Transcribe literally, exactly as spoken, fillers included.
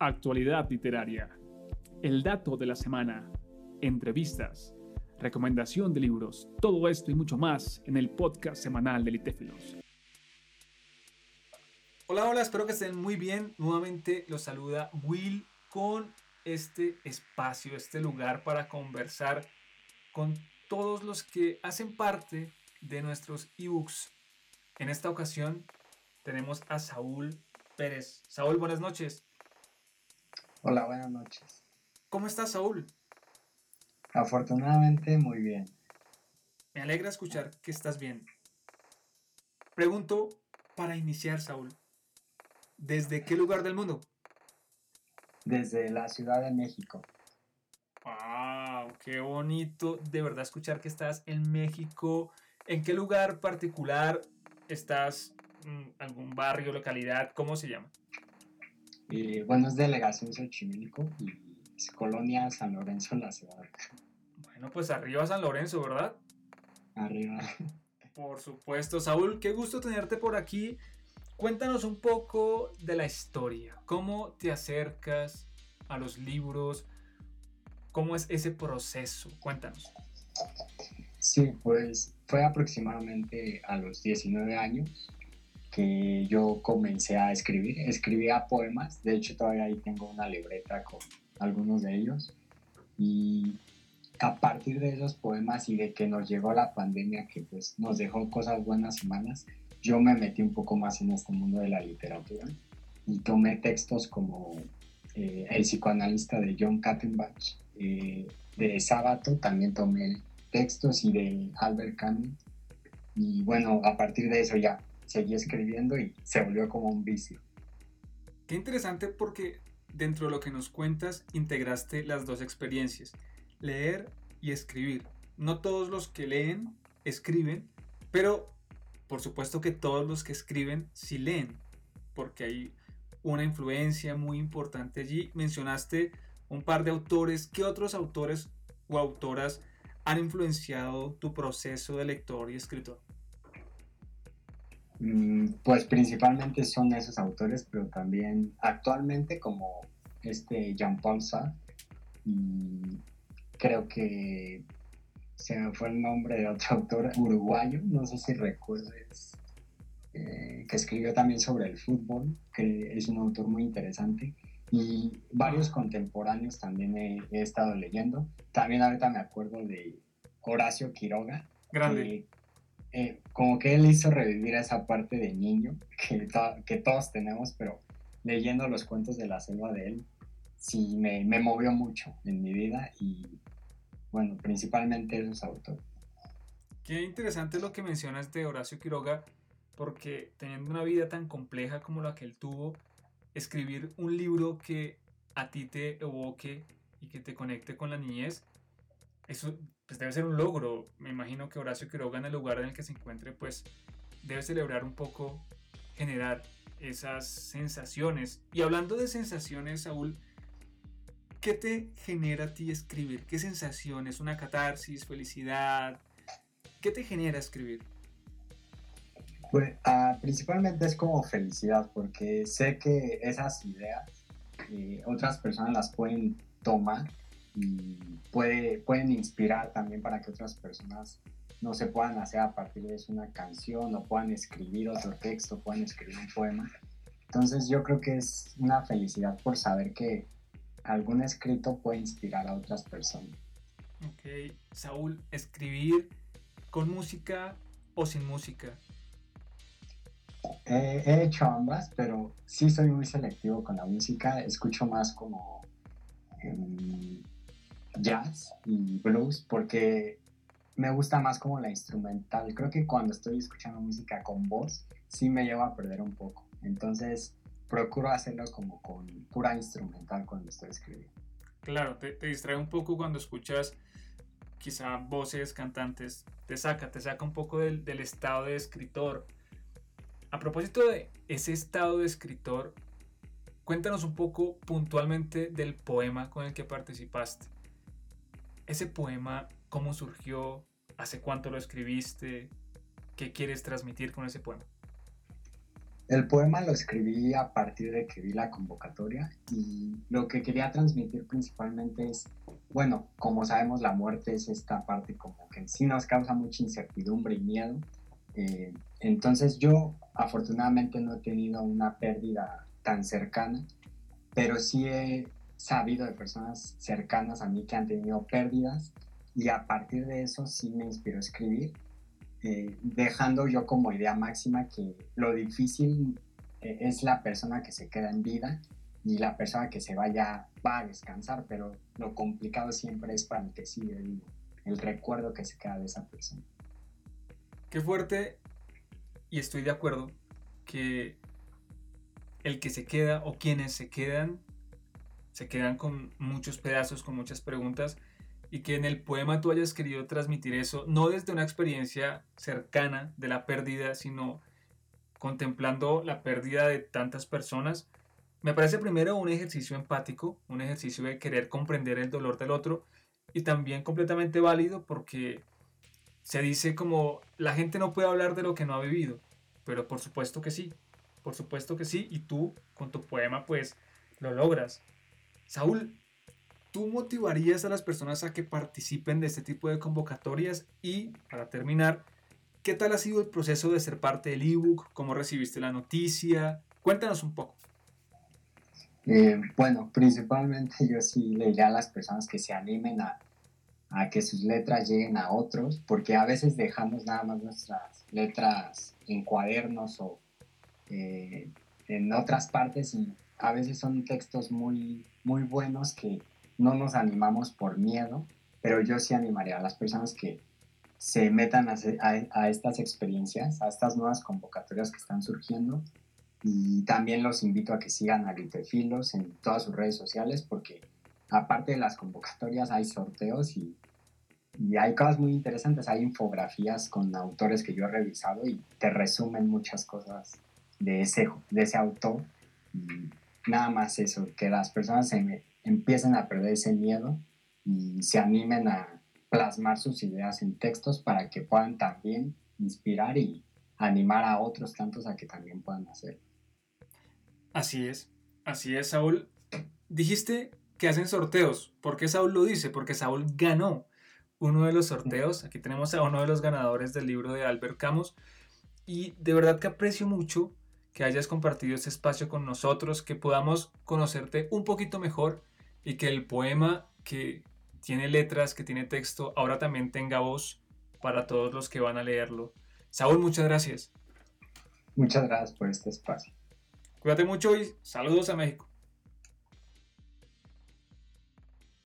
actualidad literaria, el dato de la semana, entrevistas, recomendación de libros, todo esto y mucho más en el podcast semanal de Litéfilos. Hola, hola, espero que estén muy bien. Nuevamente los saluda Will con este espacio, este lugar para conversar con todos los que hacen parte de nuestros ebooks. En esta ocasión tenemos a Saúl Pérez. Saúl, buenas noches. Hola, buenas noches. ¿Cómo estás, Saúl? Afortunadamente, muy bien. Me alegra escuchar que estás bien. Pregunto para iniciar, Saúl, ¿desde qué lugar del mundo? Desde la Ciudad de México. ¡Wow! ¡Qué bonito! De verdad escuchar que estás en México. ¿En qué lugar particular estás? ¿Algún barrio, localidad? ¿Cómo se llama? Y, bueno, es delegación Xochimilco y es colonia San Lorenzo en la ciudad. Bueno, pues arriba San Lorenzo, ¿verdad? Arriba. Por supuesto. Saúl, qué gusto tenerte por aquí. Cuéntanos un poco de la historia. ¿Cómo te acercas a los libros? ¿Cómo es ese proceso? Cuéntanos. Sí, pues fue aproximadamente a los diecinueve años que yo comencé a escribir. Escribía poemas, de hecho todavía ahí tengo una libreta con algunos de ellos. Y a partir de esos poemas y de que nos llegó la pandemia, que pues nos dejó cosas buenas y malas, yo me metí un poco más en este mundo de la literatura y tomé textos como eh, El psicoanalista de John Katzenbach, eh, de Sábato, también tomé textos y de Albert Camus. Y bueno, a partir de eso ya seguí escribiendo y se volvió como un vicio. Qué interesante porque dentro de lo que nos cuentas integraste las dos experiencias, leer y escribir. No todos los que leen escriben, pero por supuesto que todos los que escriben sí leen, porque hay una influencia muy importante allí. Mencionaste un par de autores. ¿Qué otros autores o autoras han influenciado tu proceso de lector y escritor? Pues principalmente son esos autores, pero también actualmente como este Jean-Paul Sartre, y creo que se me fue el nombre de otro autor uruguayo, no sé si recuerdes, eh, que escribió también sobre el fútbol, que es un autor muy interesante, y varios contemporáneos también he, he estado leyendo. También ahorita me acuerdo de Horacio Quiroga, Grande. que eh, como que él hizo revivir a esa parte de niño que, to- que todos tenemos, pero leyendo los cuentos de la selva de él, sí me, me movió mucho en mi vida y bueno, principalmente esos autores. Qué interesante lo que mencionas de Horacio Quiroga, porque teniendo una vida tan compleja como la que él tuvo, escribir un libro que a ti te evoque y que te conecte con la niñez, eso pues debe ser un logro. Me imagino que Horacio Quiroga, en el lugar en el que se encuentre, pues debe celebrar un poco, generar esas sensaciones. Y hablando de sensaciones, Saúl, ¿qué te genera a ti escribir? ¿Qué sensaciones? ¿Una catarsis? ¿Felicidad? ¿Qué te genera escribir? Pues ah, principalmente es como felicidad, porque sé que esas ideas eh, otras personas las pueden tomar y puede, pueden inspirar también para que otras personas no se puedan hacer a partir de eso una canción o puedan escribir otro texto, puedan escribir un poema. Entonces yo creo que es una felicidad por saber que algún escrito puede inspirar a otras personas. Ok, Saúl, ¿escribir con música o sin música? He, he hecho ambas, pero sí soy muy selectivo con la música. Escucho más como eh, jazz y blues porque me gusta más como la instrumental. Creo que cuando estoy escuchando música con voz, sí me lleva a perder un poco. Entonces procuro hacerlo como con pura instrumental cuando estoy escribiendo. Claro, te, te distrae un poco cuando escuchas quizá voces, cantantes, te saca, te saca un poco del, del estado de escritor. A propósito de ese estado de escritor, cuéntanos un poco puntualmente del poema con el que participaste. Ese poema, ¿cómo surgió? ¿Hace cuánto lo escribiste? ¿Qué quieres transmitir con ese poema? El poema lo escribí a partir de que vi la convocatoria y lo que quería transmitir principalmente es, bueno, como sabemos la muerte es esta parte como que en sí nos causa mucha incertidumbre y miedo. Eh, entonces yo afortunadamente no he tenido una pérdida tan cercana, pero sí he sabido de personas cercanas a mí que han tenido pérdidas y a partir de eso sí me inspiró a escribir. Eh, dejando yo como idea máxima que lo difícil eh, es la persona que se queda en vida y la persona que se vaya va a descansar, pero lo complicado siempre es para el que sigue vivo, el recuerdo que se queda de esa persona. Qué fuerte, y estoy de acuerdo, que el que se queda o quienes se quedan, se quedan con muchos pedazos, con muchas preguntas, y que en el poema tú hayas querido transmitir eso, no desde una experiencia cercana de la pérdida, sino contemplando la pérdida de tantas personas. Me parece primero un ejercicio empático, un ejercicio de querer comprender el dolor del otro y también completamente válido porque se dice como la gente no puede hablar de lo que no ha vivido, pero por supuesto que sí, por supuesto que sí, y tú con tu poema pues lo logras. Saúl, ¿tú motivarías a las personas a que participen de este tipo de convocatorias? Y para terminar, ¿qué tal ha sido el proceso de ser parte del ebook? ¿Cómo recibiste la noticia? Cuéntanos un poco. Eh, bueno, principalmente yo sí le diría a las personas que se animen a, a que sus letras lleguen a otros, porque a veces dejamos nada más nuestras letras en cuadernos o eh, en otras partes y a veces son textos muy, muy buenos que no nos animamos por miedo, pero yo sí animaría a las personas que se metan a, a, a estas experiencias, a estas nuevas convocatorias que están surgiendo. Y también los invito a que sigan a Litefilos en todas sus redes sociales porque aparte de las convocatorias hay sorteos y, y hay cosas muy interesantes. Hay infografías con autores que yo he revisado y te resumen muchas cosas de ese, de ese autor. Y nada más eso, que las personas se empiecen a perder ese miedo y se animen a plasmar sus ideas en textos para que puedan también inspirar y animar a otros tantos a que también puedan hacerlo. Así es, así es, Saúl. Dijiste que hacen sorteos. ¿Por qué Saúl lo dice? Porque Saúl ganó uno de los sorteos. Aquí tenemos a uno de los ganadores del libro de Albert Camus. Y de verdad que aprecio mucho que hayas compartido este espacio con nosotros, que podamos conocerte un poquito mejor y que el poema que tiene letras, que tiene texto, ahora también tenga voz para todos los que van a leerlo. Saúl, muchas gracias. Muchas gracias por este espacio. Cuídate mucho y saludos a México.